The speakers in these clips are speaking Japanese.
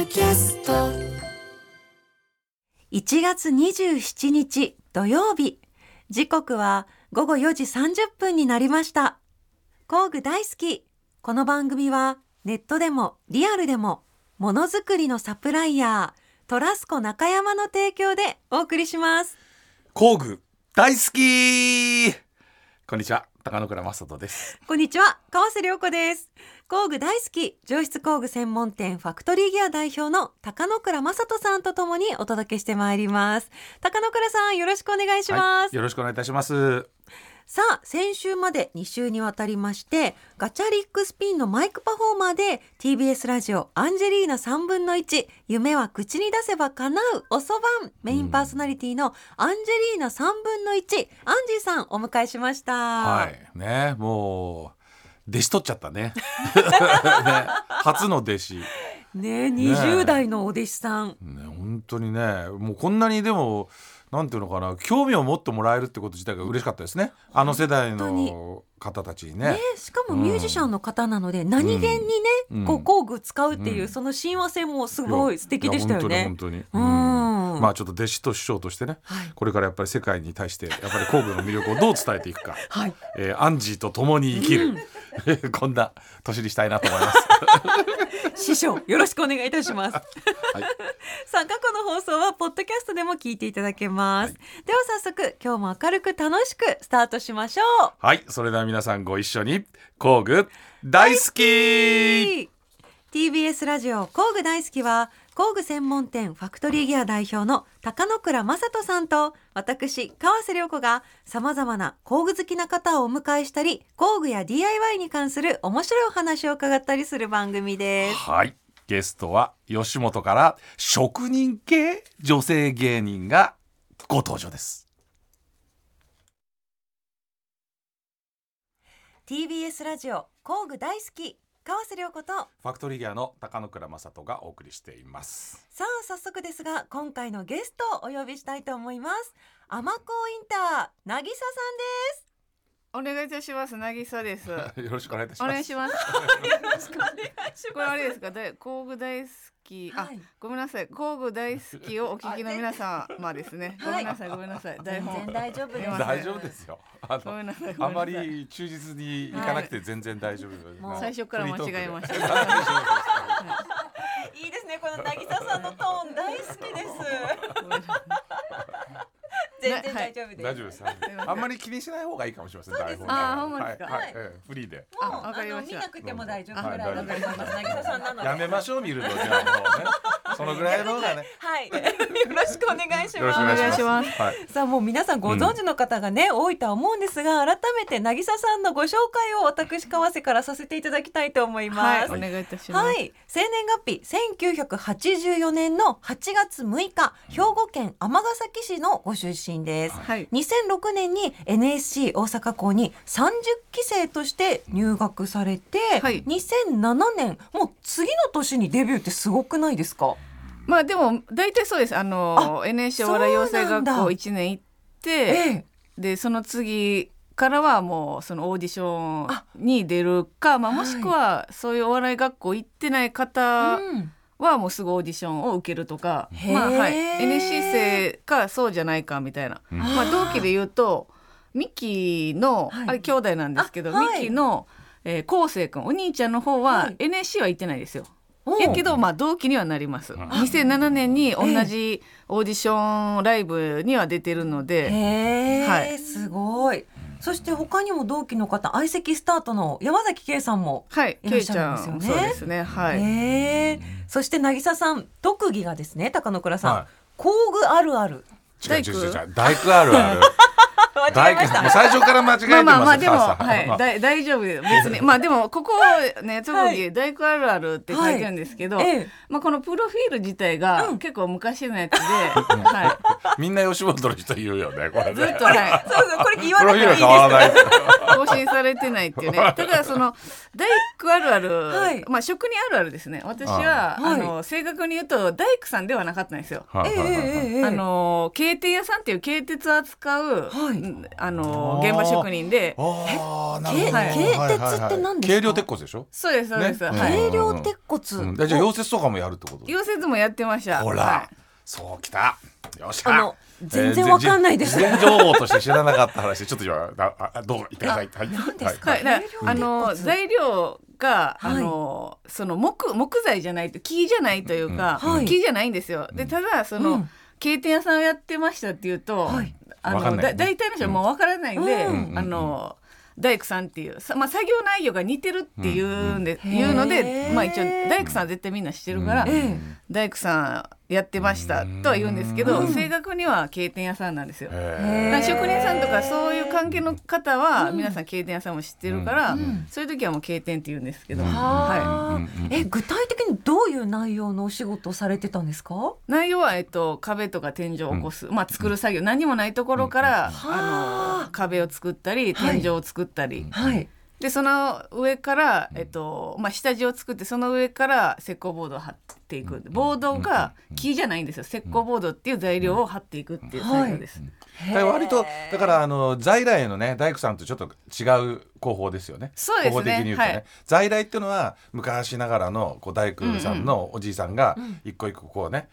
キャスト 1月27日土曜日、時刻は午後4時30分になりました。工具大好き。この番組はネットでもリアルでもものづくりのサプライヤートラスコ中山の提供でお送りします。 工具大好き。こんにちは、高野倉正人です。 こんにちは、川瀬良子です。工具大好き上質工具専門店ファクトリーギア代表の高野倉正人さんとともにお届けしてまいります。高野倉さん、よろしくお願いします。 よろしくお願いいたします。 さあ、先週まで2週にわたりましてガチャリックスピンのマイクパフォーマーで TBS ラジオアンジェリーナ3分の1夢は口に出せば叶うおそばんメインパーソナリティのアンジェリーナ3分の1アンジーさんお迎えしました。 はいね、もう弟子取っちゃったね。ね、初の弟子ね、20代のお弟子さん、 ね、本当にね、もうこんなにでもなんていうのかな、興味を持ってもらえるってこと自体が嬉しかったですね。あの世代の方たちにね。 しかもミュージシャンの方なので、何気にね、こう工具使うっていう、その親和性もすごい素敵でしたよね。 本当にまあちょっと弟子と師匠としてね、これからやっぱり世界に対してやっぱり工具の魅力をどう伝えていくか、アンジーと共に生きる、こんな年にしたいなと思います。 師匠よろしくお願いいたします。さあ、過去の放送はポッドキャストでも聞いていただけます。では早速今日も明るく楽しくスタートしましょう。 はい、それでは皆さんご一緒に工具大好き。 TBS ラジオ工具大好きは工具専門店ファクトリーギア代表の高野倉正人さんと私川瀬良子がさまざまな工具好きな方をお迎えしたり、工具や DIY に関する面白いお話を伺ったりする番組です。 はい、ゲストは吉本から職人系女性芸人がご登場です。 TBS ラジオ工具大好き川瀬良子とファクトリーギアの高野倉正人がお送りしています。 さあ、早速ですが今回のゲストをお呼びしたいと思います。アマコインター渚さんです。 お願いいたします。渚です。よろしくお願いいたします。 お願いします。 よろしくお願いします。 これあれですか、工具大好き、ごめんなさい、工具大好きをお聞きの皆様ですね。ごめんなさい、ごめんなさい。 全然大丈夫です。 大丈夫ですよ。 ごめんなさい。 あまり忠実にいかなくて全然大丈夫。 もう最初から間違えました。 いいですね、この渚さんのトーン大好きです。全然大丈夫です。 大丈夫です。あんまり気にしない方がいいかもしれません。 そうですね。ほんまですか。 フリーで。 わかりました。見なくても大丈夫ぐらいだと思います。渚さんなので。 やめましょう、見るのじゃあもうね。そのぐらいの方がね。 はい。よろしくお願いします。 よろしくお願いします。 さあ、もう皆さんご存知の方がね、多いとは思うんですが、改めて渚さんのご紹介を私川瀬からさせていただきたいと思います。 お願いいたします。 はい。生年月日1984年の8月6日、兵庫県尼崎市のご出身です。2006年に NSC 大阪校に30期生として入学されて、2007年もう次の年にデビューってすごくないですか？ まあでも大体そうです。NSC お笑い養成学校1年行って、でその次からはもうそのオーディションに出るか、もしくはそういうお笑い学校行ってない方はもうすぐオーディションを受けるとか、NSC 生かそうじゃないかみたいな、同期で言うとミキの、あれ兄弟なんですけど、ミキの昴生君、お兄ちゃんの方は NSC は行ってないですよ。やけど同期にはなります。2007年に同じオーディションライブには出てるので、 すごい。そして他にも同期の方、相席スタートの山崎圭さんもいらっしゃるんですよね。 そうですね。 そして渚さん、特技がですね、高野倉さん、工具あるある。 大工あるある。最初から間違えてます。 でも大丈夫です。別にでもここね、特技大工あるあるって書いてるんですけど、このプロフィール自体が結構昔のやつで、 みんな吉本の人言うよね、これね。 ずっとそうこれ言わなくていいです。 更新されてないっていうね。ただその大工あるある、職人あるあるですね。私は正確に言うと大工さんではなかったんですよ。軽鉄屋さんっていう軽鉄を扱う現場職人で。 軽鉄って何ですか？ 軽量鉄骨でしょ？ そうですそうです。 軽量鉄骨。 じゃあ溶接とかもやるってこと？ 溶接もやってました。 ほら、そうきた。よっしゃ。 全然わかんないです。 事前情報として知らなかった話、ちょっとどうぞ言ってください。 何ですか？ 材料がその木材じゃないと、木じゃないというか、木じゃないんですよ。でただその経典屋さんをやってましたっていうと、大体の人はもうわからないんで、大工さんっていう、作業内容が似てるっていうので、一応大工さんは絶対みんな知ってるから、大工さんやってましたとは言うんですけど、正確には経典屋さんなんですよ。職人さんとかそういう関係の方は皆さん経典屋さんも知ってるから、そういう時はもう経典って言うんですけど、 具体的にどういう内容のお仕事をされてたんですか？ 内容は、壁とか天井を起こす、作る作業、何もないところから、壁を作ったり天井を作ったり、でその上から、下地を作って、その上から石膏ボードを貼っていく。ボードが木じゃないんですよ。石膏ボードっていう材料を貼っていくっていう作業です。 割とだから在来のね大工さんとちょっと違う工法ですよね。 そうですね。 工法的に言うとね、在来っていうのは昔ながらの大工さんのおじいさんが一個一個こうね、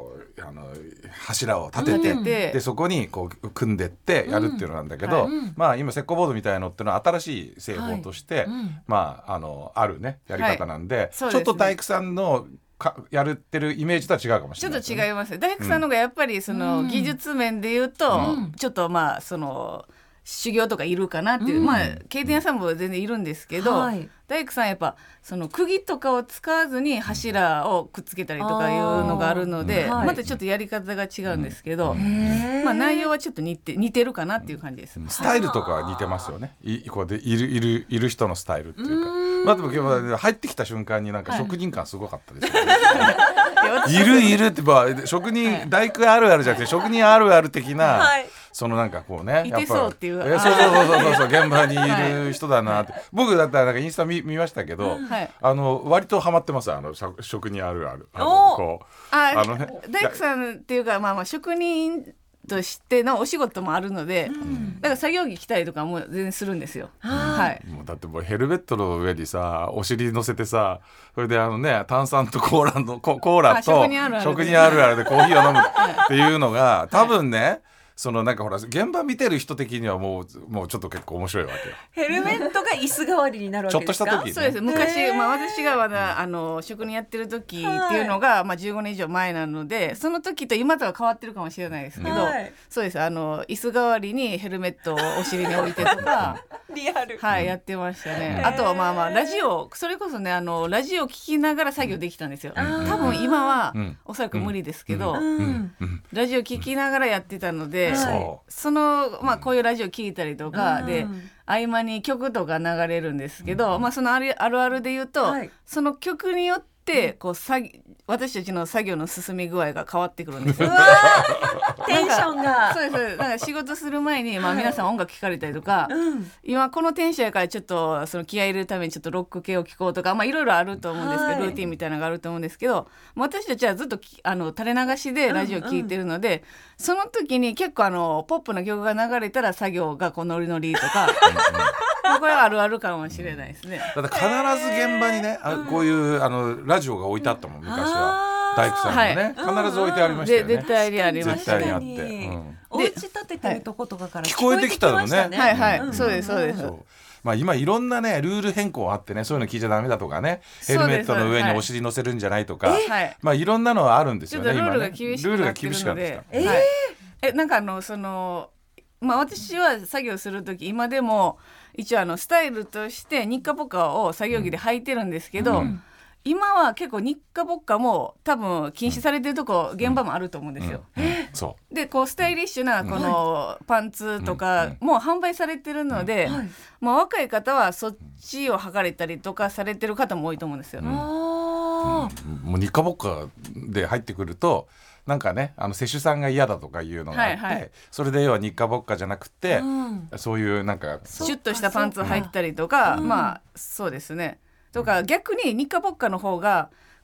柱を立てて、でそこにこう組んでってやるっていうのなんだけど、今石膏ボードみたいのっていうのは新しい製法として、あるねやり方なんで、ちょっと大工さんのやってるイメージとは違うかもしれない、 ちょっと違います。大工さんの方がやっぱりその技術面で言うと、ちょっとその修行とかいるかなっていう、経典屋さんも全然いるんですけど、大工さんやっぱその釘とかを使わずに柱をくっつけたりとかいうのがあるので、またちょっとやり方が違うんですけど、内容はちょっと似てるかなっていう感じです。 スタイルとかは似てますよね。こうでいる人のスタイルっていうか、でも今日入ってきた瞬間になんか職人感すごかったですよね。いるって職人大工あるあるじゃなくて職人あるある的な、そのなんかこうね、 いてそうっていう、 そう現場にいる人だなって、僕だったらなんかインスタ見ましたけど、割とハマってます。職人あるある大工さんっていうか、職人としてのお仕事もあるので、だから作業着着たりとかも全然するんですよ。 もうだってもうヘルメットの上にさお尻乗せてさ、それで炭酸とコーラと職人あるあるでコーヒーを飲むっていうのが多分ね、そのなんかほら現場見てる人的にはもうちょっと結構面白いわけよ。 ヘルメットが椅子代わりになるわけですか？ ちょっとした時ね。 そうです。昔、私がまだ職人やってる時っていうのが、15年以上前なので、その時と今とは変わってるかもしれないですけど、そうです。椅子代わりにヘルメットをお尻に置いてとかリアル、 やってましたね。あとはラジオ、それこそねラジオ聞きながら作業できたんですよ。多分今はおそらく無理ですけど、ラジオ聞きながらやってたので、そのこういうラジオ聞いたりとかで、合間に曲とか流れるんですけど、そのあるあるで言うと、その曲によってこう私たちの作業の進み具合が変わってくるんですよ。 テンションがそうです。だから仕事する前に、皆さん音楽聴かれたりとか、今このテンションやからちょっとその気合い入れるためにちょっとロック系を聴こうとか、いろいろあると思うんですけど、ルーティンみたいなのがあると思うんですけど、私たちはずっと垂れ流しでラジオ聴いてるので、その時に結構ポップな曲が流れたら作業がこうノリノリとかこれはあるあるかもしれないですね。 だって必ず現場にね、こういうラジオが置いてあったもん昔は。大工さんもね、必ず置いてありましたよね。 絶対にありました。 絶対にあって、 お家建ててるとことかから聞こえてきたのね。 そうですそうです。 今いろんなねルール変更あってね、そういうの聞いちゃダメだとかね、ヘルメットの上にお尻乗せるんじゃないとか、いろんなのはあるんですよね。 ルールが厳しくなってるので、なんか私は作業する時、今でも一応スタイルとして日課ポッカを作業着で履いてるんですけど、今は結構日課ポッカも多分禁止されてるとこ現場もあると思うんですよ。でこうスタイリッシュなこのパンツとかも販売されてるので、若い方はそっちを履かれたりとかされてる方も多いと思うんですよ。 もう日課ポッカで入ってくるとなんかね、施主さんが嫌だとかいうのがあって、それで要は日課ポッカじゃなくて、そういうなんかシュッとしたパンツを履いてたりとか、そうですね。とか逆に日課ポッカの方が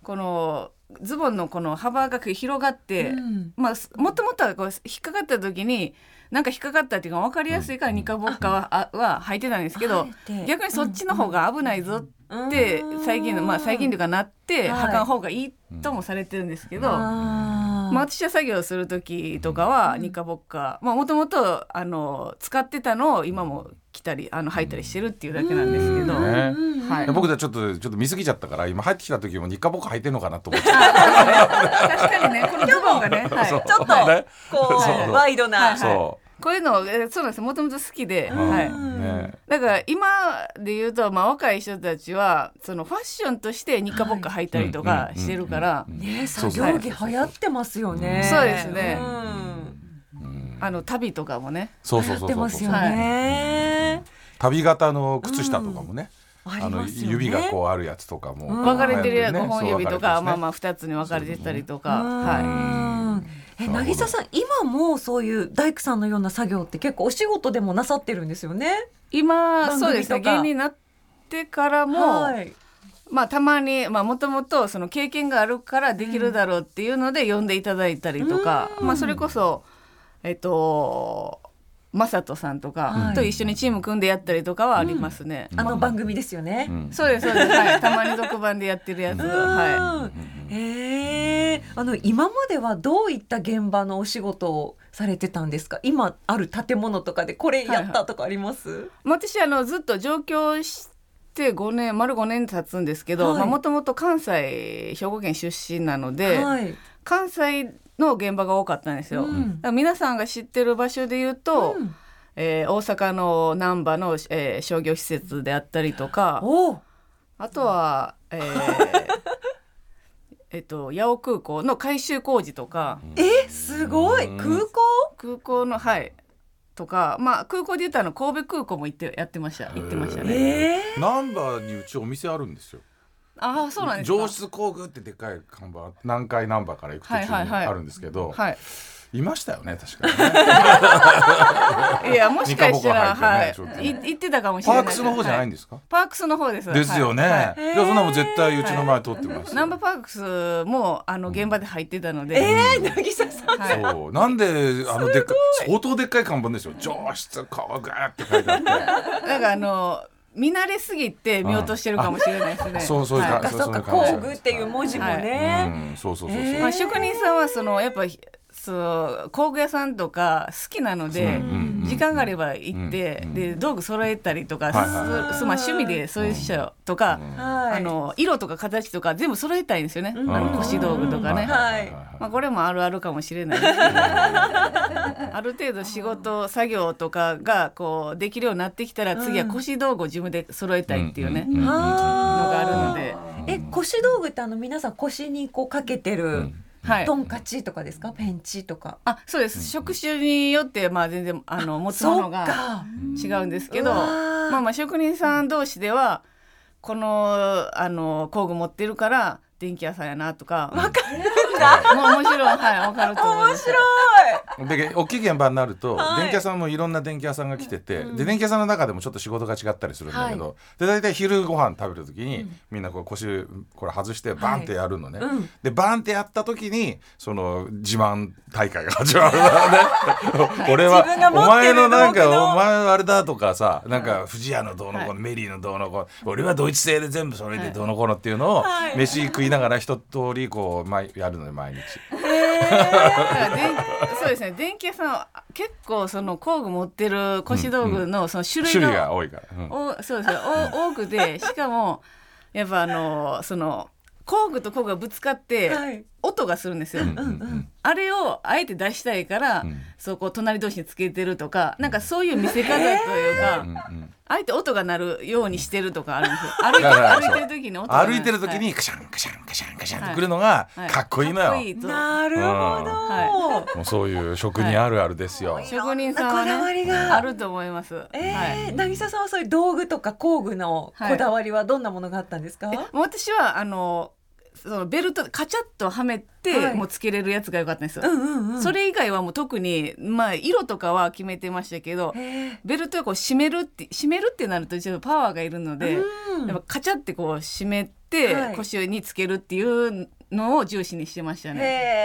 このズボンのこの幅が広がって、もともとはこう引っかかった時になんか引っかかったっていうか分かりやすいからニカボッカは履いてたんですけど、逆にそっちの方が危ないぞって最近というかなって履かん方がいいともされてるんですけど、私は作業する時とかはニカボッカもともと使ってたのを今も着たり履いたりしてるっていうだけなんですけど、 僕はちょっと見過ぎちゃったから今入ってきた時もニカボッカ履いてんのかなと思って確かにねこのズボンがね、 ちょっとこうワイドな、 こういうのそうなんですもともと好きで、だから今で言うと、若い人たちはそのファッションとしてニカボッカ履いたりとかしてるから、 作業着流行ってますよね。 そうですね、旅とかもね流行ってますよね。 旅型の靴下とかもね、指がこうあるやつとかも分かれてるやつ、5本指とか2つに分かれてたりとか、 渚さん今もそういう大工さんのような作業って結構お仕事でもなさってるんですよね。 今そうですね、芸人になってからも、たまにもともとその経験があるからできるだろうっていうので呼んでいただいたりとか、それこそマサトさんとかと一緒にチーム組んでやったりとかはありますね。 番組ですよね。 そうですそうです、たまに特番でやってるやつ。 今まではどういった現場のお仕事をされてたんですか？今ある建物とかでこれやったとかあります？ 私ずっと上京して丸5年経つんですけど、もともと関西兵庫県出身なので、関西の現場が多かったんですよ。皆さんが知ってる場所で言うと、大阪の難波の、商業施設であったりとか、あとは、八尾空港の改修工事とか、 すごい空港のとか、空港で言ったら神戸空港もやってましたね。 難波にうちお店あるんですよ。 そうなんですか。 上質工具ってでかい看板南海難波から行く途中にあるんですけど、いましたよね確かにね。いやもしかしたら行ってたかもしれない。 パークスの方じゃないんですか？ パークスの方です。 ですよね。いやそんなもん絶対うちの前通ってます。 ナンバーパークスも現場で入ってたので。 渚さん。 そうなんででっかい相当でっかい看板ですよ。上質工具って書いてあって。 なんか見慣れすぎて見落としてるかもしれないですね。 そうか工具っていう文字もね。 そう職人さんはやっぱ工具屋さんとか好きなので、時間があれば行って、で道具揃えたりとか、趣味でそういう人とか、色とか形とか全部揃えたいんですよね。腰道具とかね。これもあるあるかもしれないですけど、ある程度仕事作業とかがこうできるようになってきたら、次は腰道具を自分で揃えたいっていうね、のがあるので。 腰道具って皆さん腰にこうかけてるトンカチとかですか？ペンチとか。 そうです。職種によって全然持つものが違うんですけど、職人さん同士ではこの工具持ってるから電気屋さんやなとか。 わかるんだ。 もちろんわかると思います。 面白い。 で大きい現場になると、電気屋さんもいろんな電気屋さんが来てて、で電気屋さんの中でもちょっと仕事が違ったりするんだけど、で大体昼ご飯食べる時に、みんなこれ外してバンってやるのね。でバンってやった時にその自慢大会が始まるのね。俺はお前のお前あれだとかさ、なんか富士屋のどうのこうの、メリーのどうのこう、俺はドイツ製で全部それでどうのこうのっていうのを飯食いながら一通りこうやるのよ毎日。 そうですね。電気屋さん結構その工具持ってる腰道具のその種類が多いから、 そうですね。多くて、しかもやっぱその工具と工具がぶつかって音がするんですよ。あれをあえて出したいから、そこ隣同士につけてるとか、なんかそういう見せ方というか、あえて音が鳴るようにしてるとかあるんですよ。歩いてる時に音が鳴る。 歩いてる時にカシャンカシャンカシャンカシャンってくるのがかっこいいのよ。 なるほど。 もうそういう職人あるあるですよ。 職人さんはねあると思います。 渚さんはそういう道具とか工具のこだわりはどんなものがあったんですか？ 私はそのベルトカチャッとはめてもうつけれるやつが良かったんですよ、それ以外はもう特に、色とかは決めてましたけど、ベルトをこう締めるってなるとちょっとパワーがいるので、やっぱカチャってこう締めて腰につけるっていうのを重視にしてました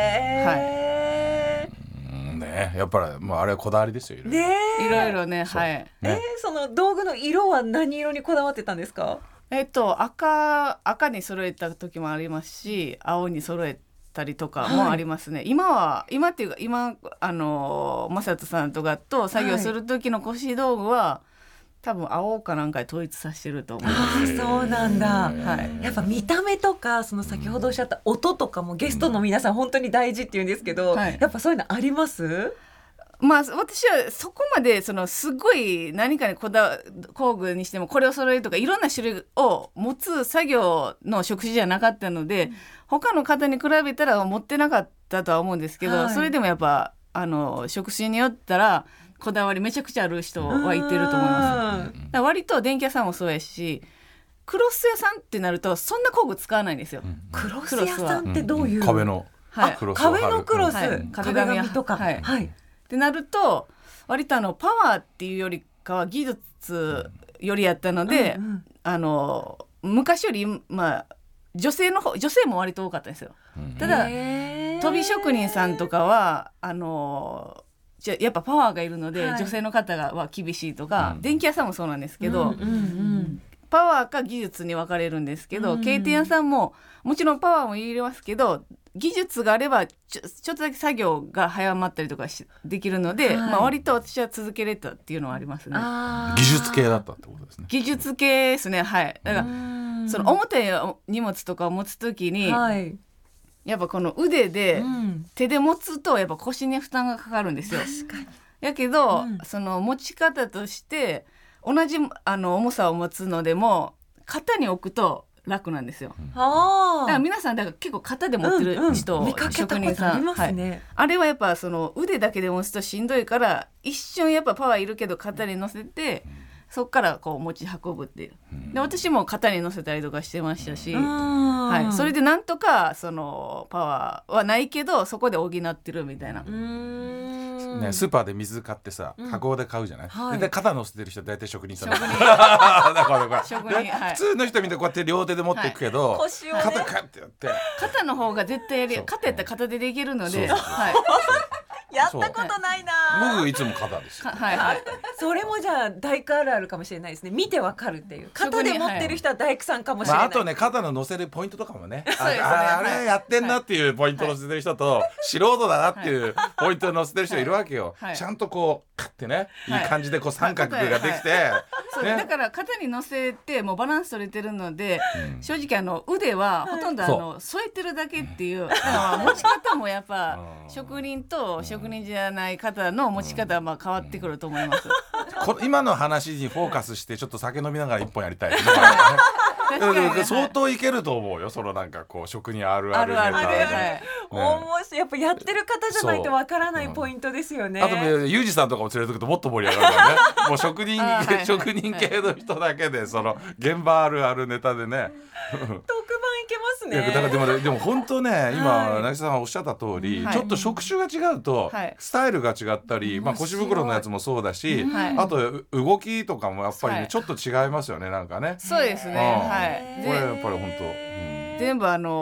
ね。 やっぱりもうあれはこだわりですよ、いろいろね。 その道具の色は何色にこだわってたんですか？ 赤に揃えた時もありますし、青に揃えたりとかもありますね。今っていうか正人さんとかと作業する時の腰道具は、多分青かなんかで統一させてると思います。 そうなんだ、やっぱ見た目とかその先ほどおっしゃった音とかもゲストの皆さん本当に大事って言うんですけど、やっぱそういうのあります？ 私はそこまですごい何かに工具にしてもこれを揃えるとかいろんな種類を持つ作業の職種じゃなかったので、他の方に比べたら持ってなかったとは思うんですけど、それでもやっぱ職種によったらこだわりめちゃくちゃある人はいてると思います。だから割と電気屋さんもそうやし、クロス屋さんってなるとそんな工具使わないんですよ。 クロス屋さんってどういう？ 壁のクロス、 壁のクロス、 壁紙とかってなると割とパワーっていうよりかは技術よりやったので、昔より女性も割と多かったんですよ。ただ飛び職人さんとかはやっぱパワーがいるので、女性の方は厳しいとか、電気屋さんもそうなんですけど、パワーか技術に分かれるんですけど、経典屋さんももちろんパワーも入れますけど、技術があればちょっとだけ作業が早まったりとかできるので、割と私は続けれたっていうのはありますね。 技術系だったってことですね。 技術系ですね。だからその重たい荷物とかを持つときに、やっぱこの腕で、手で持つとやっぱ腰に負担がかかるんですよ。やけど、その持ち方として同じ重さを持つのでも肩に置くと楽なんですよ。だから皆さん結構肩で持ってる人、職人さん、あれはやっぱその腕だけで持つとしんどいから、一瞬やっぱパワーいるけど肩に乗せて、そこからこう持ち運ぶっていう。で私も肩に乗せたりとかしてましたし、それでなんとかそのパワーはないけどそこで補ってるみたいな。 スーパーで水買ってさ、カゴで買うじゃない、で肩乗せてる人は大体職人さんだから普通の人みんなこうやって両手で持っていくけど、肩カッてやって肩の方が絶対肩やったら片手でいけるので、 やったことないな。 僕いつも肩ですよ。 それもじゃあ大工あるあるかもしれないですね。見てわかるっていう。肩で持ってる人は大工さんかもしれない。 あとね、肩の乗せるポイントとかもね、あれやってんなっていうポイント乗せてる人と、素人だなっていうポイント乗せてる人いるわけよ。ちゃんとこうカッてね、いい感じでこう三角ができて、 だから肩に乗せてもうバランス取れてるので、正直腕はほとんど添えてるだけっていう。持ち方もやっぱ職人と職人じゃない方の持ち方は変わってくると思います。 今の話にフォーカスしてちょっと酒飲みながら一本やりたい。相当いけると思うよ。そのなんかこう職人あるあるネタで。 やっぱやってる方じゃないとわからないポイントですよね。 あとユージさんとかも連れてくともっと盛り上がるからね。もう職人系の人だけでその現場あるあるネタでね。 特番いけますね。 だからでも本当ね、今渚さんがおっしゃった通り、ちょっと職種が違うとスタイルが違ったり、腰袋のやつもそうだし、あと動きとかもやっぱりねちょっと違いますよね、なんかね。 そうですね。 これやっぱり本当全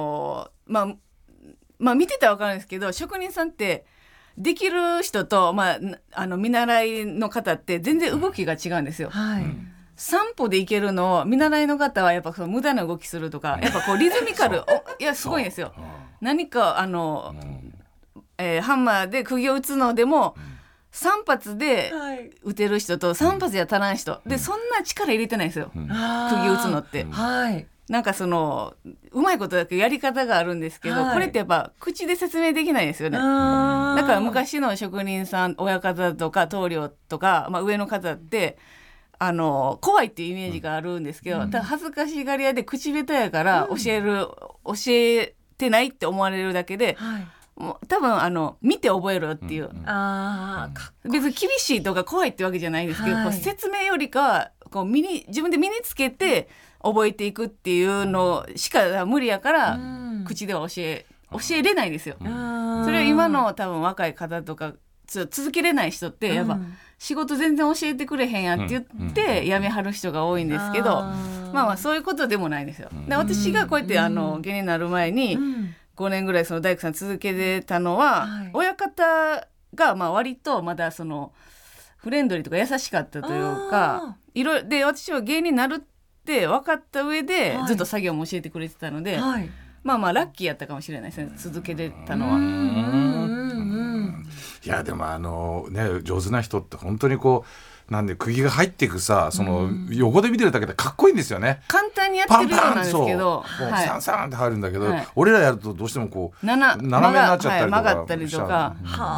部見てたら分かるんですけど、職人さんってできる人と、見習いの方って全然動きが違うんですよ。散歩で行けるのを見習いの方はやっぱその無駄な動きするとか、やっぱこうリズミカルいやすごいんですよ。何かハンマーで釘を打つのでも3発で打てる人と3発や足らん人で、そんな力入れてないんですよ、釘を打つのって。なんかそのうまいことだけやり方があるんですけど、これってやっぱ口で説明できないですよね。だから昔の職人さん、親方とか棟梁とか、上の方って怖いっていうイメージがあるんですけど、ただ恥ずかしがり屋で口下手やから教えてないって思われるだけで、もう多分見て覚えろっていう、別に厳しいとか怖いってわけじゃないですけど、こう説明よりかはこう自分で身につけて覚えていくっていうのしか無理やから、 口では教えれないんですよ。それは今の多分若い方とか続けれない人ってやっぱ仕事全然教えてくれへんやって言って辞めはる人が多いんですけど、まあそういうことでもないんですよ。で私がこうやって芸人になる前に5年ぐらいその大工さん続けてたのは、親方がまあ割とまだそのフレンドリーとか優しかったというか、いろいろで私は芸人になるって分かった上でずっと作業も教えてくれてたので、まあまあラッキーやったかもしれないですね、続けてたのは。 いやでも上手な人って本当にこうなんで釘が入っていくさ、その横で見てるだけでかっこいいんですよね。 簡単にやってるようなんですけど、 サンサンって入るんだけど、俺らやるとどうしてもこう斜めになっちゃったりとか、 曲がったりとか、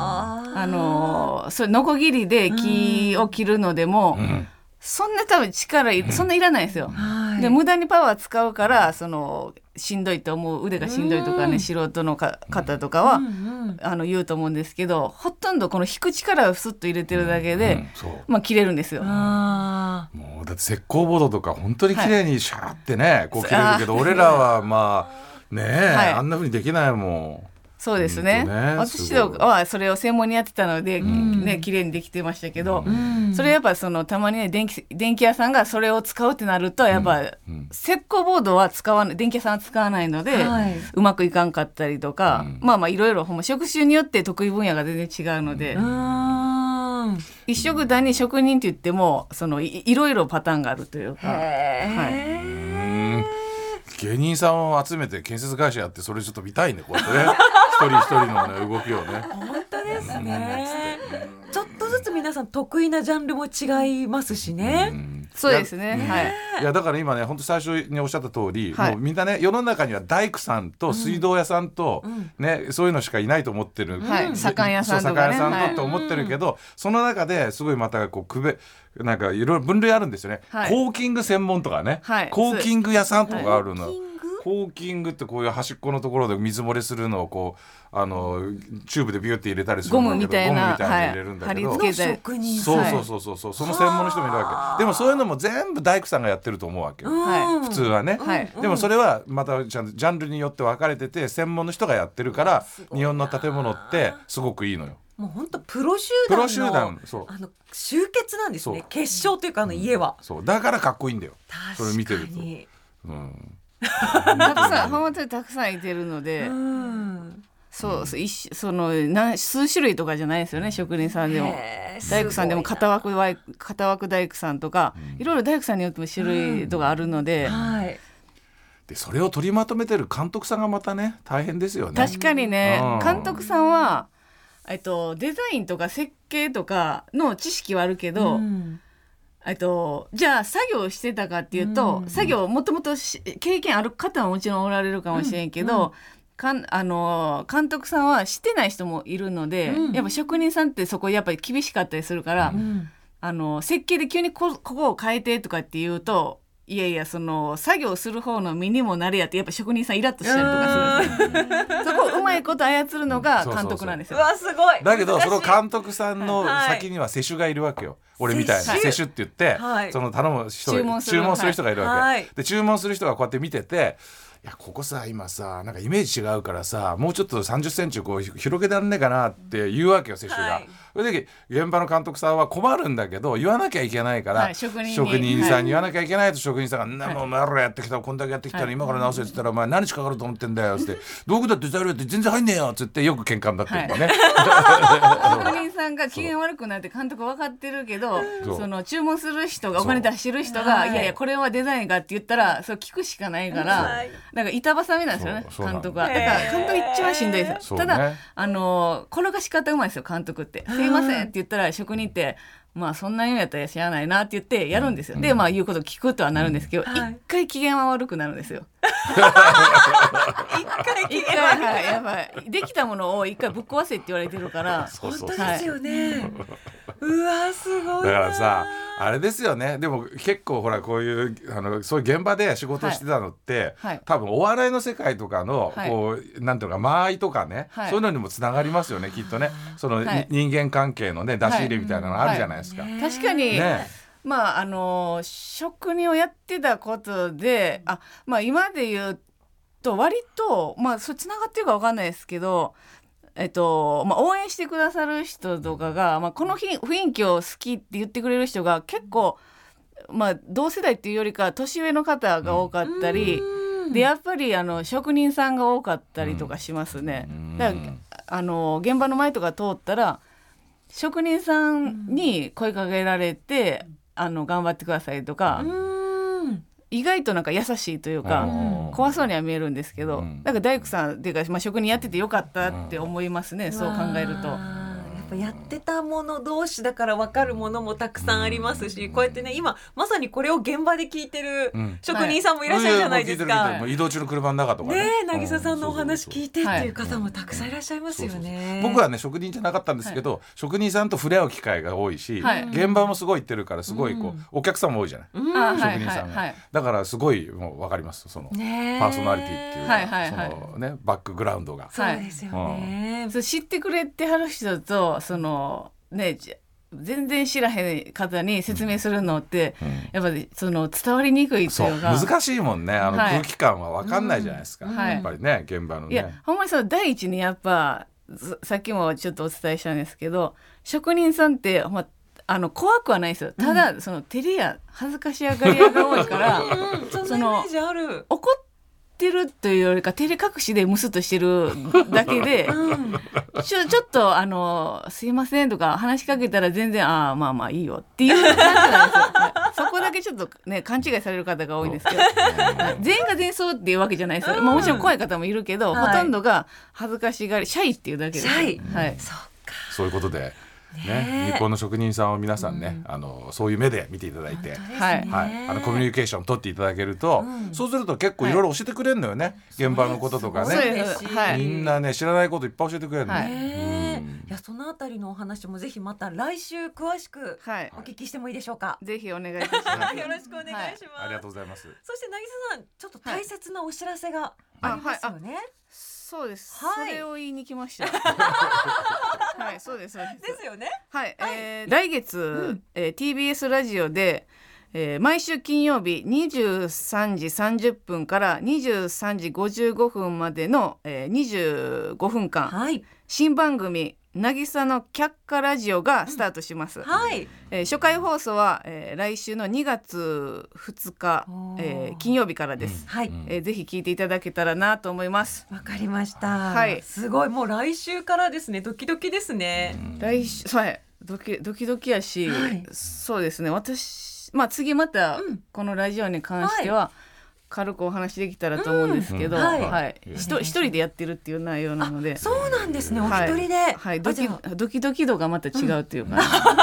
それノコギリで木を切るのでも、そんな多分力そんないらないんですよ。で無駄にパワー使うからそのしんどいと思う、腕がしんどいとかね、素人の方とかは、言うと思うんですけど、ほとんどこの引く力をスッと入れてるだけで、まあ切れるんですよ。 もうだって石膏ボードとか本当に綺麗にシャーってね、こう切れるけど、俺らはまあねえ、あんな風にできないもん。 そうですね。私はそれを専門にやってたので、綺麗にできてましたけど、それやっぱそのたまにね電気屋さんがそれを使うってなると、やっぱ石膏ボードは電気屋さんは使わないので、うまくいかんかったりとか、まあまあいろいろ職種によって得意分野が全然違うので、一色単に職人って言ってもそのいろいろパターンがあるというか。 芸人さんを集めて建設会社やって、それちょっと見たいね、こうやってね一人一人の、ね、動きをね。 本当ですね。ちょっとずつ皆さん得意なジャンルも違いますしね。 そうですね。 いやだから今ね、本当最初におっしゃった通り、もうみんなね、世の中には大工さんと水道屋さんと、ね、そういうのしかいないと思ってる、 左官屋さんとかね、 左官屋さんと思ってるけど、その中ですごいまたこうなんかいろいろ分類あるんですよね。コーキング専門とかね、コーキング屋さんとかあるの。コーキングってこういう端っこのところで水漏れするのをこうチューブでビューって入れたりするゴムみたいなに入れるんだけど、 貼り付けたり、 そうその専門の人もいるわけでも、そういうのも全部大工さんがやってると思うわけよ、普通はね、でもそれはまたちゃんとジャンルによって分かれてて、専門の人がやってるから、日本の建物ってすごくいいのよ。 もう本当プロ集団の集結なんですね。結晶というか家は、 そうだからかっこいいんだよ、それ見てると。 たくさん本当にたくさんいてるので、その数種類とかじゃないですよね、職人さんでも。大工さんでも片枠大工さんとか、いろいろ大工さんによっても種類とかあるので、 でそれを取りまとめてる監督さんがまたね大変ですよね。 確かにね、監督さんはデザインとか設計とかの知識はあるけど、じゃあ作業してたかっていうと、作業もともと経験ある方はもちろんおられるかもしれんけど、監督さんはしてない人もいるので、やっぱ職人さんってそこやっぱり厳しかったりするから、設計で急にここを変えてとかって言うと、いやいやその作業する方の身にもなれやって、やっぱ職人さんイラッとしたりとかするんですよ。そこをうまいこと操るのが監督なんですよ。 うわすごい。 だけどその監督さんの先には施主がいるわけよ。俺みたいな施主って言って、その頼む人、注文する人がいるわけ、で注文する人がこうやって見てて、いやここさ今さなんかイメージ違うからさ、もうちょっと30センチこう広げてらんねえかなって言うわけよ、施主が。それで現場の監督さんは困るんだけど言わなきゃいけないから、職人さんに言わなきゃいけないと、職人さんが「もうお前らやってきた、こんだけやってきたら今から直せ」って言ったら「お前何日かかると思ってんだよ」って「道具だって材料だって全然入んねえよ」って言ってよく喧嘩になってるんだね。 職人さんが機嫌悪くなって監督分かってるけど、その注文する人がお金出してる人が「いやいやこれはデザインが」って言ったらそれ聞くしかないから、なんか板挟みなんですよね、監督は。だから監督一番しんどいですよ。ただ転がし方うまいですよ監督って。すいませんって言ったら職人ってまあそんな意味やったら知らないなって言ってやるんですよ。でまあ言うこと聞くとはなるんですけど、一回機嫌は悪くなるんですよ。一回やばい、できたものを一回ぶっ壊せって言われてるから。 本当ですよね。うわすごい。 だからさあれですよね。でも結構ほらこういうそういう現場で仕事してたのって、多分お笑いの世界とかのこうなんていうか間合いとかね、そういうのにもつながりますよねきっとね。その人間関係のね出し入れみたいなのあるじゃないですか。 確かに。まあ職人をやってたことで、まあ今で言う割とそれつながってるか分かんないですけど、応援してくださる人とかが、この雰囲気を好きって言ってくれる人が結構、同世代っていうよりか年上の方が多かったり、でやっぱり職人さんが多かったりとかしますね。だから現場の前とか通ったら職人さんに声かけられて、頑張ってくださいとか、意外となんか優しいというか、怖そうには見えるんですけど、だから大工さんっていうか、職人やっててよかったって思いますね、そう考えると。 やってたもの同士だから分かるものもたくさんありますし、こうやってね、今まさにこれを現場で聞いてる職人さんもいらっしゃるじゃないですか。 移動中の車の中とかね、 渚さんのお話聞いてっていう方もたくさんいらっしゃいますよね。 僕はね職人じゃなかったんですけど、職人さんと触れ合う機会が多いし、現場もすごい行ってるから、すごいお客さんも多いじゃない、職人さんが、だからすごいもう分かります、そのパーソナリティっていうか、そのねバックグラウンドが。 そうですよね。 知ってくれてはる人と全然知らへん方に説明するのって、やっぱり伝わりにくいというか、 難しいもんね、空気感は分かんないじゃないですか、やっぱりね現場のね。 いやほんまに第一にやっぱさっきもちょっとお伝えしたんですけど、職人さんって怖くはないですよ。ただ照れや恥ずかしがり屋が多いからそんなイメージある。 怒ってるというよりか照れ隠しでムスッとしてるだけで、ちょっとすいませんとか話しかけたら全然まあいいよっていう感じなんですよ。そこだけちょっとね勘違いされる方が多いんですけど、全員が全員そうっていうわけじゃないですよ。もちろん怖い方もいるけど、ほとんどが恥ずかしがりシャイっていうだけです。 そういうことで日本の職人さんを皆さんね、そういう目で見ていただいて、コミュニケーション取っていただけると、そうすると結構いろいろ教えてくれるのよね、現場のこととかね。みんなね知らないこといっぱい教えてくれるの。 いやそのあたりのお話もぜひまた来週詳しくお聞きしてもいいでしょうか。 ぜひお願いいたします。 よろしくお願いします。 ありがとうございます。 そして渚さん、ちょっと大切なお知らせがありますよね。 そうです、それを言いに来ました。はい、そうですですよね。 はい、来月、TBS ラジオで、毎週金曜日23時30分から23時55分までの、25分間、新番組渚の却下ラジオがスタートします。初回放送は、来週の2月2日、金曜日からです。ぜひ聞いていただけたらなと思います。 わかりました。すごい、もう来週からですね。ドキドキですね。 来週、ドキドキやし、そうですね。私、次またこのラジオに関しては、軽くお話できたらと思うんですけど、一人でやってるっていう内容なので。 そうなんですね、お一人で。 ドキドキ度がまた違うっていうか、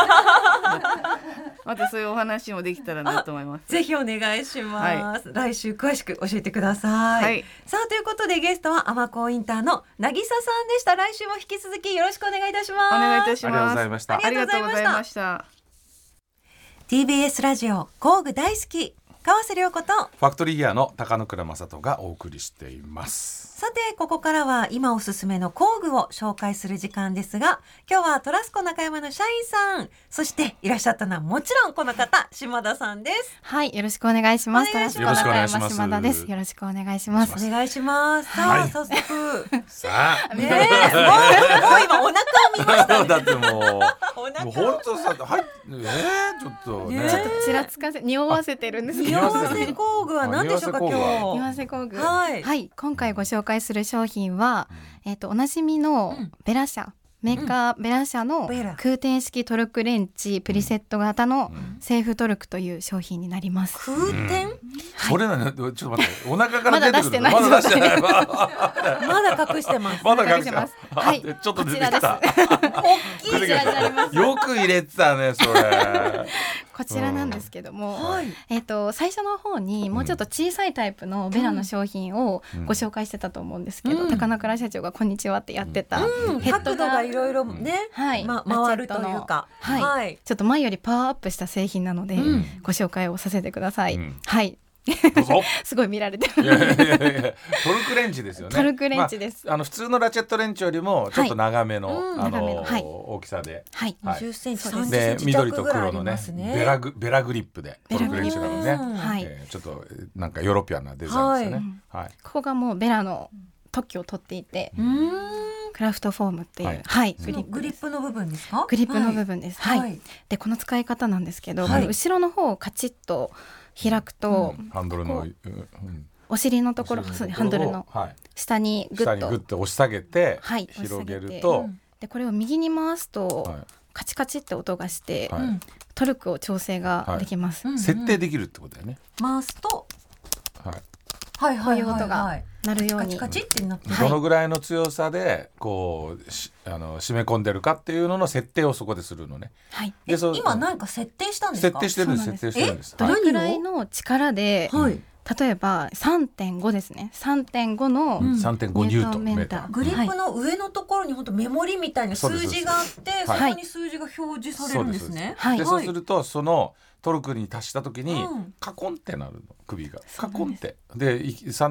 またそういうお話もできたらなと思います。 ぜひお願いします。来週詳しく教えてください。さあということでゲストはアマコーインターの渚さんでした。来週も引き続きよろしくお願いいたします。 お願いいたします。 ありがとうございました。 ありがとうございました。 TBS ラジオ工具大好き川瀬良子とファクトリーギアの高野倉正人がお送りしています。 さてここからは今おすすめの工具を紹介する時間ですが、今日はトラスコ中山の社員さん、そしていらっしゃったのはもちろんこの方島田さんです。 はい、よろしくお願いします。トラスコ中山島田です。よろしくお願いします。 お願いします。さあ早速さあねもう今お腹を見ましたね。 だってもう本当さ、ちょっとね、 ちょっとちらつかせ匂わせてるんですけど、 匂わせ工具は何でしょうか今日。 匂わせ工具、はい、今回ご紹介する商品は、おなじみのベラ社、メーカーベラ社の空転式トルクレンチプリセット型のセーフトルクという商品になります。 空転？ それなの、ちょっと待って、お腹から出てくるの？まだ出してない。 まだ隠してます。 まだ隠してます。 はい、 ちょっと出てきた。 大きいこちらになります。 よく入れてたねそれ。 こちらなんですけども、最初の方にもうちょっと小さいタイプのベラの商品をご紹介してたと思うんですけど、高野倉社長がこんにちはってやってたヘッドがいろいろね、回るというか、 ちょっと前よりパワーアップした製品なので、ご紹介をさせてください。はい、 どうぞすごい見られてる。 いやいやいやいやトルクレンチですよね。 トルクレンチです。 普通のラチェットレンチよりもちょっと長めの、大きさで、 20センチ、30セでンチ緑と弱ぐらいあ黒のねりますね。 ベラグリップでトルクレンチなのね、ちょっとなんかヨーロピアンなデザインですよね。 ここがもうベラの特許を取っていて、クラフトフォームっていう、 グリップの部分ですか？ グリップの部分です。でこの使い方なんですけど、後ろの方をカチッと開くと、 ハンドルのお尻のところ、ハンドルの下にグッと押し下げて広げると、 でこれを右に回すとカチカチって音がして、トルクを調整ができます。 設定できるってことだよね。 回すとこういう音が鳴るように、 カチカチってなって、 どのぐらいの強さでこう締め込んでるかっていうのの設定をそこでするのね。 で今何か設定したんですか？ 設定してるんです。 どれくらいの力で、例えば 3.5 ですね。3.5 の 3.5 ニュートンメーター。 グリップの上のところに本当メモリみたいな数字があって、そこに数字が表示されるんですね。 そうするとそのトルクに達した時にカコンってなるの、首がカコンってで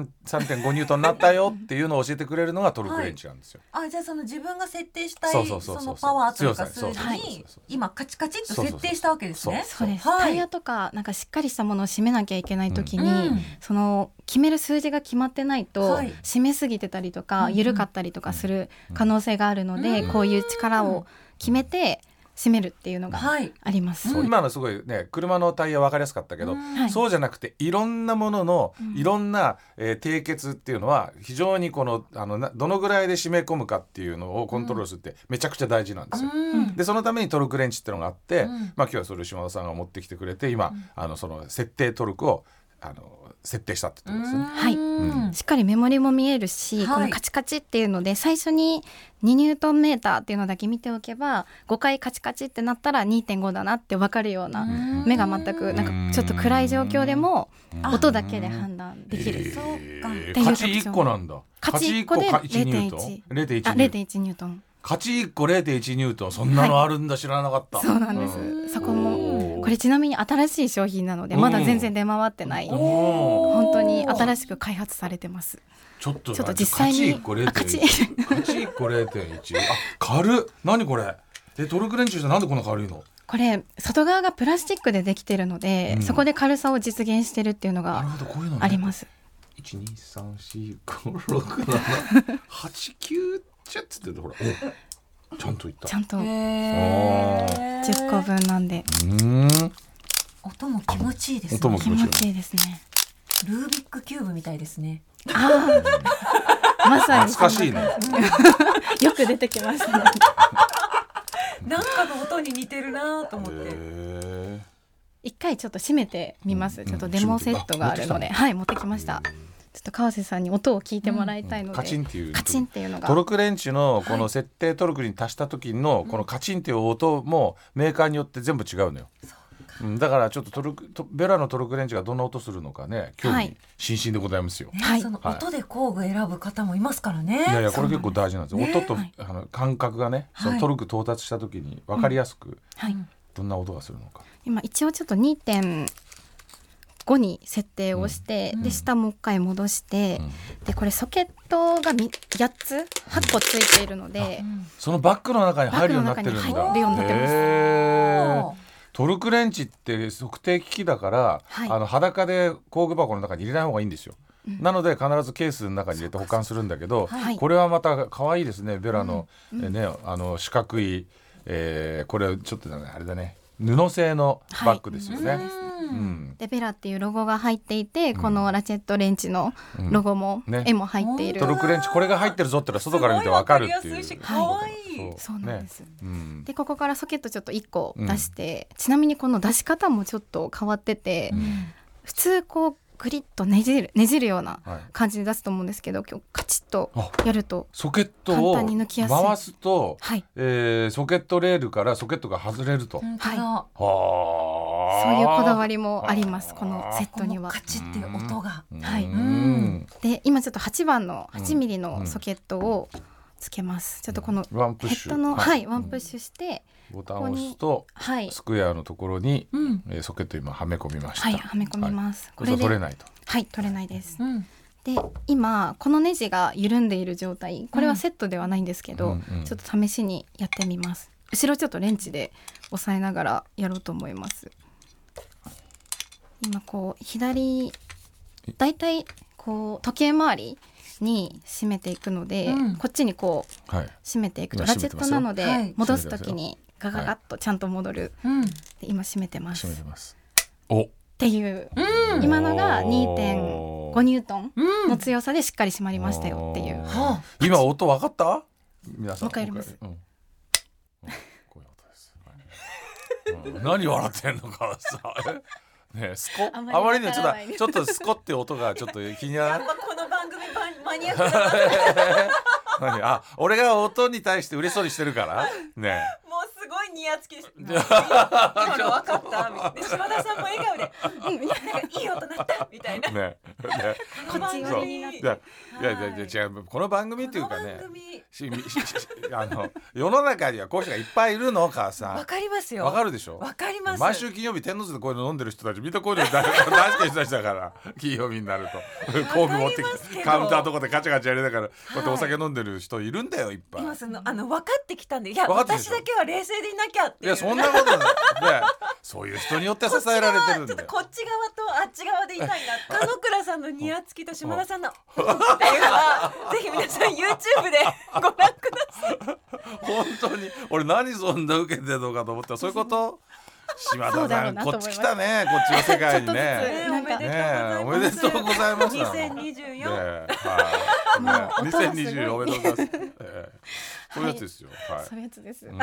3.5 ニュートンになったよっていうのを教えてくれるのがトルクレンチなんですよ。 じゃあその自分が設定したいそのパワーというか数字に今カチカチっと設定したわけですね。 そうです。タイヤとかなんかしっかりしたものを締めなきゃいけない時に、その決める数字が決まってないと、締めすぎてたりとか緩かったりとかする可能性があるので、こういう力を決めて締めるっていうのがあります。 今のすごいね、車のタイヤ分かりやすかったけど、そうじゃなくていろんなもののいろんな締結っていうのは非常にこのどのぐらいで締め込むかっていうのをコントロールするってめちゃくちゃ大事なんですよ。でそのためにトルクレンチっていうのがあって、今日はそれを島田さんが持ってきてくれて、今その設定トルクを設定したってことですね。 しっかりメモリも見えるし、このカチカチっていうので最初に2ニュートンメーターっていうのだけ見ておけば、5回カチカチってなったら 2.5 だなって分かるような、目が全くなんかちょっと暗い状況でも音だけで判断できる。 カチ1個なんだ。 カチ1個で 0.1 ニュートン。 カチ1個 0.1 ニュートン、そんなのあるんだ、知らなかった。 そうなんです。そこもこれちなみに新しい商品なのでまだ全然出回ってない、本当に新しく開発されてます。 ちょっと実際にカチ1個 0.1 軽っ。何これ、トルクレンチってなんでこんな軽いの？ これ外側がプラスチックでできてるので、そこで軽さを実現してるっていうのがあります。 1,2,3,4,5,6,7,8,9ちゃっつってほら、ちゃんといった。 ちゃんと10個分なんで。 音も気持ちいいですね。 気持ちいいですね。 ルービックキューブみたいですね。 まさに懐かしいね。 よく出てきましたね。 なんかの音に似てるなと思って。 一回ちょっと閉めてみます。ちょっとデモセットがあるので、持ってきました。ちょっと川瀬さんに音を聞いてもらいたいので、 カチンっていうのがトルクレンチのこの設定トルクに達した時のこのカチンっていう音もメーカーによって全部違うのよ。だからちょっとベラのトルクレンチがどんな音するのかね、興味津々でございますよ。 その音で工具選ぶ方もいますからね。 いやこれ結構大事なんですよ。音と感覚がね、そのトルク到達した時に分かりやすくどんな音がするのか。 今一応ちょっと 2.5 に設定をして、で下もう一回戻して、でこれソケットが8つ8個ついているので、 そのバッグの中に入るようになってるんだ。 入るようになってます。 トルクレンチって測定機器だから、裸で工具箱の中に入れない方がいいんですよ。なので必ずケースの中に入れて保管するんだけど、これはまた可愛いですね。ベラの、四角い、これちょっとあれだね、布製のバッグですよね。 でベラっていうロゴが入っていて、このラチェットレンチのロゴも、絵も入っている。 トルクレンチこれが入ってるぞってのは外から見て分かるっていう。 そうなんです。でここからソケットちょっと1個出して、ちなみにこの出し方もちょっと変わってて、普通こうグリッとねじるような感じで出すと思うんですけど、今日カチッとやるとソケットを回すと、ソケットレールからソケットが外れると。 そういうこだわりもあります、このセットには。 カチっていう音が。 で今ちょっと8番の8ミリのソケットをつけます。ちょっとこのヘワンプッシュッドの、はい、ワンプッシュして、 ボタンを押すと、はい、スクエアのところに、ソケット今はめ込みました。 はい、はめ込みます。 これで取れないと。 はい、取れないです。で今このネジが緩んでいる状態、これはセットではないんですけど、ちょっと試しにやってみます。後ろちょっとレンチで押さえながらやろうと思います。今こう左だいたいこう時計回りに締めていくので、こっちにこう締めていくと、ラチェットなので戻すときにガガガッとちゃんと戻る。で今締めてます。おっていう、今のが 2.5 ニュートンの強さでしっかり締まりましたよっていう。 今音分かった？皆さん。 もう一回やります。 こういう音です。何笑ってんのかさ。ね、スコあまりにちょっとスコって音がちょっと気になる。 やっぱこの番組マニアックだな。 あ、俺が音に対して嬉しそうにしてるからね。 もうすごいニヤつき今の分かったみたいな。島田さんも笑顔でなんかいい音鳴ったみたいな。ね。 こっち寄りになって。 いや違う、この番組っていうかね、世の中にはこういう人がいっぱいいるのかさ。 わかりますよ。 わかるでしょ。 わかります。 毎週金曜日天王洲でこういうの飲んでる人たちみんなこういうの大好きな人たちだから金曜日になると工具持ってきてカウンターとかでカチャカチャやりながらこうやってお酒飲んでる人いるんだよ、いっぱい。 今分かってきたんで、いや私だけは冷静でいなきゃっていう。 いやそんなことない。そういう人によって支えられてるんで。 ちょっとこっち側とあっち側でいたいな。門倉さんのニヤつきと島田さんのっていうのはぜひ皆さん YouTube でご覧ください。 本当に俺何そんな受けてるのかと思ったらそういうこと。島田さんこっち来たね、こっちの世界にね。おめでとうございます。 2024。 2024おめでとうございます。そういうやつですよ。 そういうやつです。 違う。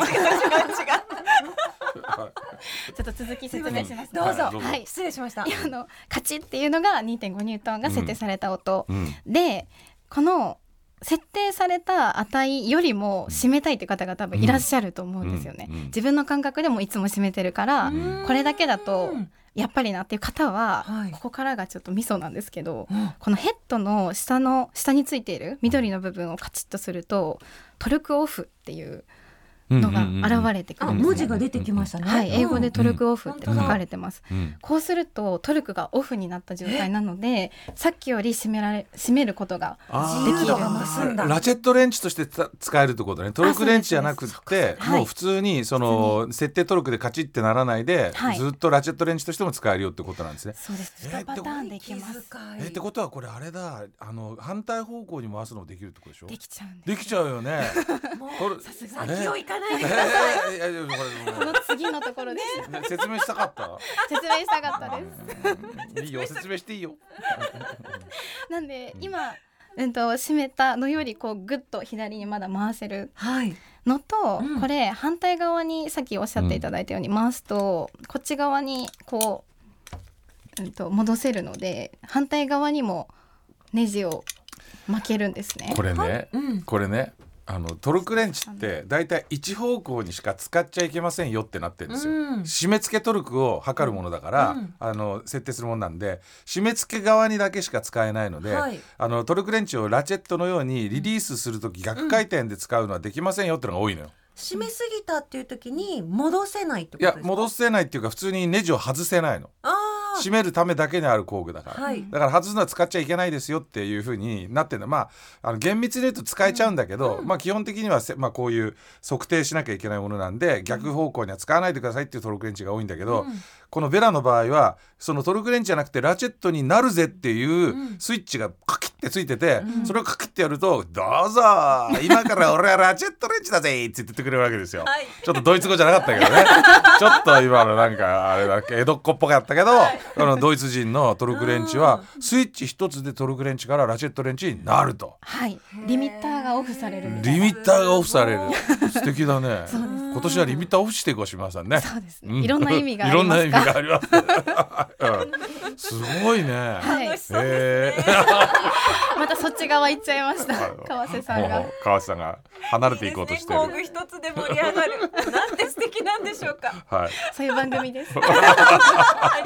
ちょっと続き説明します。 どうぞ。はい、失礼しました。 カチっていうのが 2.5 ニュートンが設定された音で、この設定された値よりも締めたいという方が多分いらっしゃると思うんですよね。自分の感覚でもいつも締めてるから、これだけだとやっぱりなっていう方は、ここからがちょっとミソなんですけど、このヘッドの下についている緑の部分をカチッとするとトルクオフっていうのが現れてくるんですね。 文字が出てきましたね。 はい、英語でトルクオフって書かれてます。こうするとトルクがオフになった状態なので、さっきより締めることができるんです。 ラチェットレンチとして使えるってことね。トルクレンチじゃなくってもう普通にその設定トルクでカチッってならないで、ずっとラチェットレンチとしても使えるよってことなんですね。 そうです。2パターンできます。 ってことはこれあれだ、反対方向に回すのもできるってことでしょ。 できちゃうんです。 できちゃうよね。 さすが先を行かない。 この次のところで説明したかった。 説明したかったです。 いいよ、説明していいよ。 なんで今締めたのよりこうグッと左にまだ回せるのと、これ反対側にさっきおっしゃっていただいたように回すとこっち側にこう戻せるので、反対側にもネジを巻けるんですね。 これねトルクレンチってだいたい一方向にしか使っちゃいけませんよってなってるんですよ。締め付けトルクを測るものだから、設定するものなんで締め付け側にだけしか使えないので、トルクレンチをラチェットのようにリリースするとき逆回転で使うのはできませんよってのが多いのよ。 締めすぎたっていう時に戻せないってことですか？ いや戻せないっていうか普通にネジを外せないの。締めるためだけにある工具だから、だから外すのは使っちゃいけないですよっていう風になってるの。厳密に言うと使えちゃうんだけど、基本的にはこういう測定しなきゃいけないものなんで、逆方向には使わないでくださいっていうトルクレンチが多いんだけど、このベラの場合はそのトルクレンチじゃなくてラチェットになるぜっていうスイッチがカキッてついてて、それをカキッてやるとどうぞ今から俺はラチェットレンチだぜって言ってくれるわけですよ。ちょっとドイツ語じゃなかったけどねちょっと今のなんかあれだっけ江戸っ子っぽかったけど、ドイツ人のトルクレンチはスイッチ一つでトルクレンチからラチェットレンチになると。 リミッターがオフされるみたいな。 リミッターがオフされる素敵だね。今年はリミッターオフしていこう、島さんね。 そうですね、いろんな意味がありますか。 いろんな意味がありますすごいね。 楽しそうですねまたそっち側行っちゃいました川瀬さんが離れていこうとしてる。 工具一つで盛り上がるなんて素敵なんでしょうか。 そういう番組ですありがとう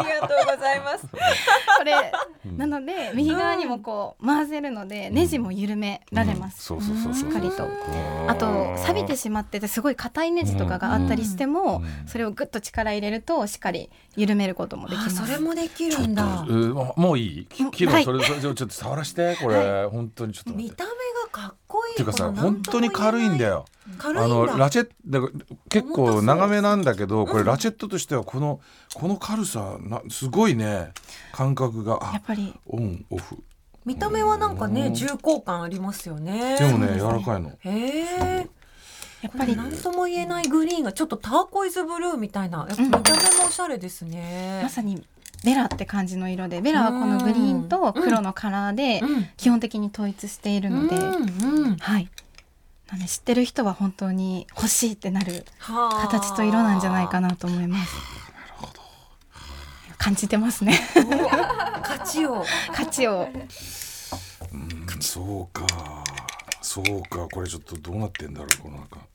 ございます。 これなので右側にもこう回せるのでネジも緩められます。しっかりと。あと錆びてしまっててすごい硬いネジとかがあったりしても、それをグッと力入れるとしっかり緩めることもできます。 それもできるんだ。 もういい？昨日それちょっと触らせてこれ本当にちょっと見た目がかっこいい。 っていうかさ本当に軽いんだよ。 軽いんだ。 ラチェット結構長めなんだけど、これラチェットとしてはこの軽さすごいね、感覚がやっぱりオンオフ。 見た目はなんかね重厚感ありますよね。 でもね柔らかいの。 やっぱり何とも言えないグリーンがちょっとターコイズブルーみたいな、やっぱ見た目もおしゃれですね。 まさにベラって感じの色で、ベラはこのグリーンと黒のカラーで基本的に統一しているので、はい。なので知ってる人は本当に欲しいってなる形と色なんじゃないかなと思います。 なるほど。 感じてますね。 価値を。 そうかこれちょっとどうなってんだろうこの中。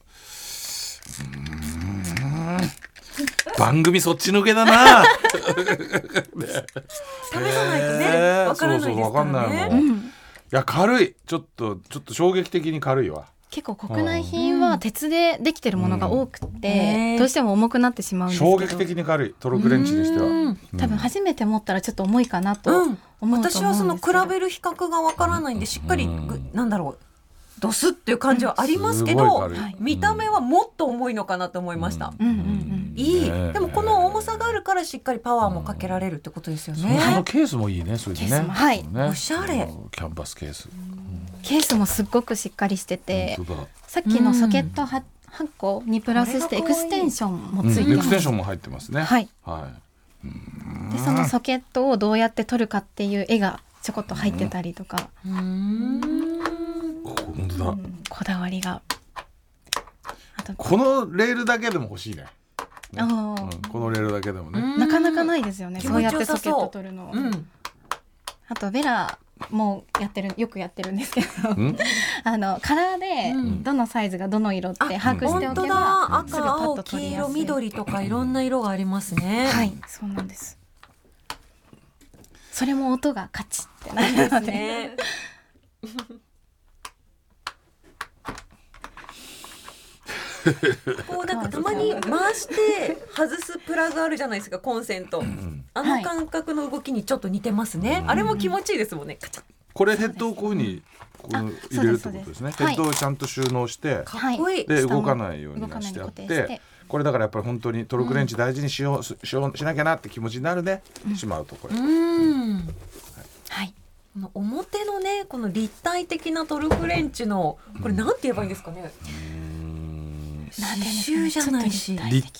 番組そっちのけだな。 試さないとねわからないですからね。 いや軽い、ちょっと衝撃的に軽いわ。 結構国内品は鉄でできてるものが多くて、どうしても重くなってしまうんですけど、 衝撃的に軽いトルクレンチにしては。 多分初めて持ったらちょっと重いかなと思うと思うんですけど、 私はその比べる比較がわからないんで、しっかりなんだろうドスっていう感じはありますけど、見た目はもっと重いのかなと思いました。いい。でもこの重さがあるからしっかりパワーもかけられるってことですよね。 そのケースもいいね。それでね。 おしゃれ。 キャンバスケース。 ケースもすっごくしっかりしてて、さっきのソケット8個にプラスしてエクステンションもついてます。 エクステンションも入ってますね。 はい。でそのソケットをどうやって取るかっていう絵がちょこっと入ってたりとか。 本当だ。 こだわりが。あとこのレールだけでも欲しいね。このレールだけでもね。 なかなかないですよね。そうやってソケット取るの。あとベラもよくやってるんですけど、カラーでどのサイズがどの色って把握しておけばすぐパッと取りやすい。 赤、青、黄色、緑とかいろんな色がありますね。 はい、そうなんです。それも音がカチッってなるので。 こうなんかたまに回して外すプラグあるじゃないですか、コンセント。あの感覚の動きにちょっとに似てますね。あれも気持ちいいですもんね。 これヘッドをこういうふうに入れるってことですね。ヘッドをちゃんと収納してで動かないようにしてあって、これだからやっぱり本当にトルクレンチ大事にしなきゃなって気持ちになるね、しまうとこれ。 はい。 表のねこの立体的なトルクレンチのこれなんて言えばいいんですかね。刺繍じゃないし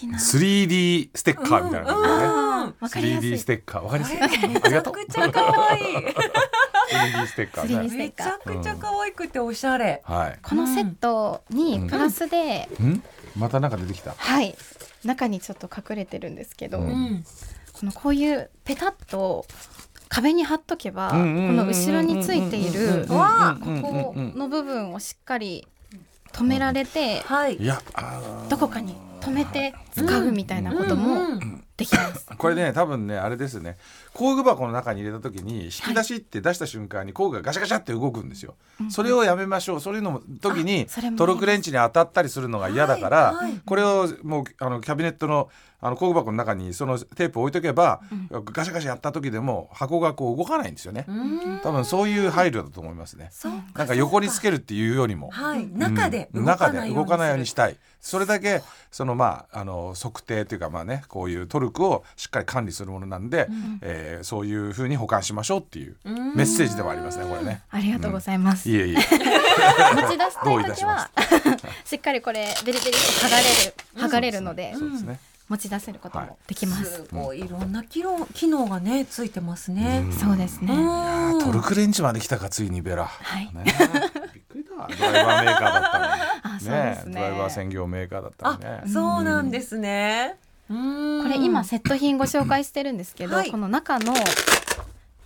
3D ステッカーみたいな感じでね。3D ステッカーわかりやすい。 めちゃくちゃ可愛い。 3D ステッカーめちゃくちゃ可愛くておしゃれ。 このセットにプラスでまたなんか出てきた。 はい。中にちょっと隠れてるんですけど、こういうペタッと壁に貼っとけば、この後ろについているここの部分をしっかり止められて、どこかに止めて使うみたいなこともできます。 これね多分ねあれですね、工具箱の中に入れた時に引き出しって出した瞬間に工具がガシャガシャって動くんですよ。それをやめましょう。そういうの時にトルクレンチに当たったりするのが嫌だから、これをもうキャビネットの工具箱の中にそのテープを置いとけば、ガシャガシャやった時でも箱がこう動かないんですよね。多分そういう配慮だと思いますね。なんか横につけるっていうよりも、 中で動かないようにしたい。 それだけその測定というかこういうトルクをしっかり管理するものなんで、そういう風に保管しましょうっていうメッセージでもありますね、これね。 ありがとうございます。 いえいえ。 持ち出したい時はしっかりこれベリベリと剥がれるので、持ち出せることもできます。 すごいいろんな機能がねついてますね。 そうですね。 トルクレンチまで来たか、ついにベラ。びっくりだ。ドライバーメーカーだったのに。ドライバー専業メーカーだったのね。 そうなんですね。 これ今セット品ご紹介してるんですけど、この中の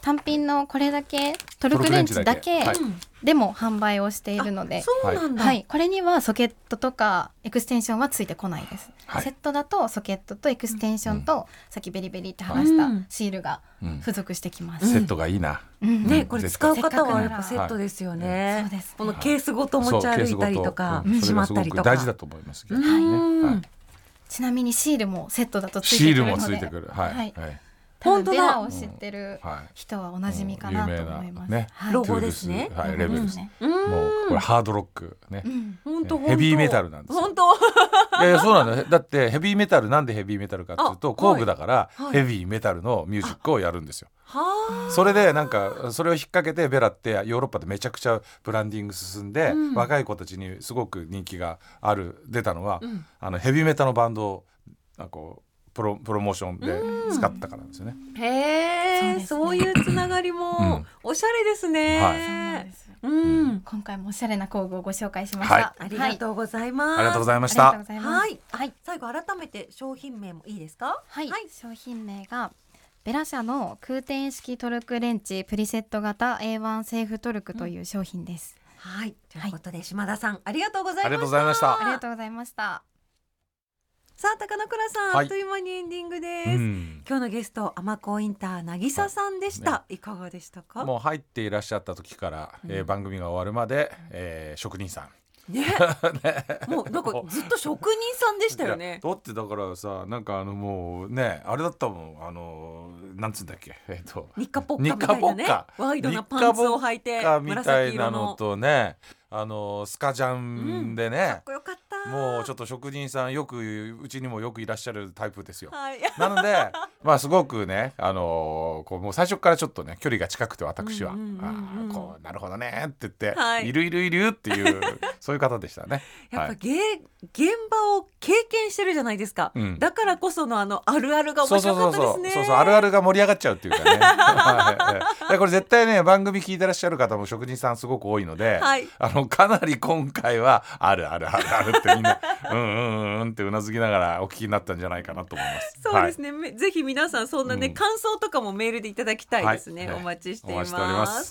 単品のこれだけトルクレンチだけでも販売をしているので、 そうなんだ、 はい、これにはソケットとかエクステンションはついてこないです、はい、セットだとソケットとエクステンションと、さっきベリベリって話したシールが付属してきます、 セットがいいな、 ね、これ使う方はやっぱセットですよね、そうですね、このケースごと持ち歩いたりとか、しまったりとか大事だと思いますけどね、 ちなみにシールもセットだとついてくるので、 シールもついてくる、はい、はい、 多分ベラを知ってる人はおなじみかなと思います、 ね、 ロゴですね、 はい、レベルですね、もうこれハードロックね、ヘビーメタルなんですよ。 本当いやそうなんだよ。だってヘビーメタル、なんでヘビーメタルかっていうと、工具だからヘビーメタルのミュージックをやるんですよ。それでなんかそれを引っ掛けてベラってヨーロッパでめちゃくちゃブランディング進んで、若い子たちにすごく人気が出たのは、ヘビーメタのバンドをなんかプロモーションで使ったからなんですよね。 へえ、そういうつながりもおしゃれですね。 はい、そうなんです。今回もおしゃれな工具をご紹介しました。 はい、ありがとうございます。 ありがとうございました。 はい、はい、最後改めて商品名もいいですか？ はい、商品名がベラ社の空転式トルクレンチプリセット型 A1 セーフトルクという商品です。 はい、ということで島田さんありがとうございました。 ありがとうございました。 ありがとうございました。 さあ高野倉さん、あっという間にエンディングです、今日のゲストアマコインター渚さんでした、いかがでしたか？ もう入っていらっしゃった時から、番組が終わるまで、職人さんねもうなんかずっと職人さんでしたよね。 だってだからさ、なんかもうねあれだったもん、なんつうんだっけ、 ニッカポッカみたいなね、ワイドなパンツを履いてみたいなのとね、スカジャンでね、 かっこよかった。 もうちょっと職人さんうちにもよくいらっしゃるタイプですよ、 はい、 なのでまあすごくね、こうもう最初からちょっとね距離が近くて、私はこうなるほどねって言って、いるっていうそういう方でしたね。 やっぱ現場を経験してるじゃないですか、だからこそのあるあるが面白かったですね。 そうあるあるが盛り上がっちゃうっていうかねこれ絶対ね番組聞いてらっしゃる方も職人さんすごく多いので、かなり今回はあるってみんなうんってうなずきながらお聞きになったんじゃないかなと思います。 そうですね、ぜひ皆さんそんなね、感想とかもメールでいただきたいですね、お待ちしています。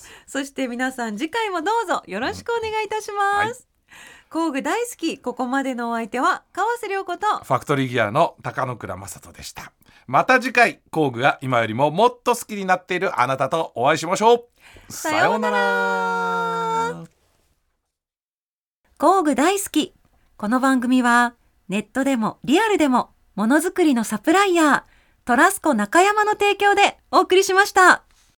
そして皆さん次回もどうぞよろしくお願いいたします、工具大好き。ここまでのお相手は川瀬良子とファクトリーギアの高野倉正人でした。また次回工具が今よりももっと好きになっているあなたとお会いしましょう。 さようなら。工具大好き。この番組はネットでもリアルでもものづくりのサプライヤートラスコ中山の提供でお送りしました。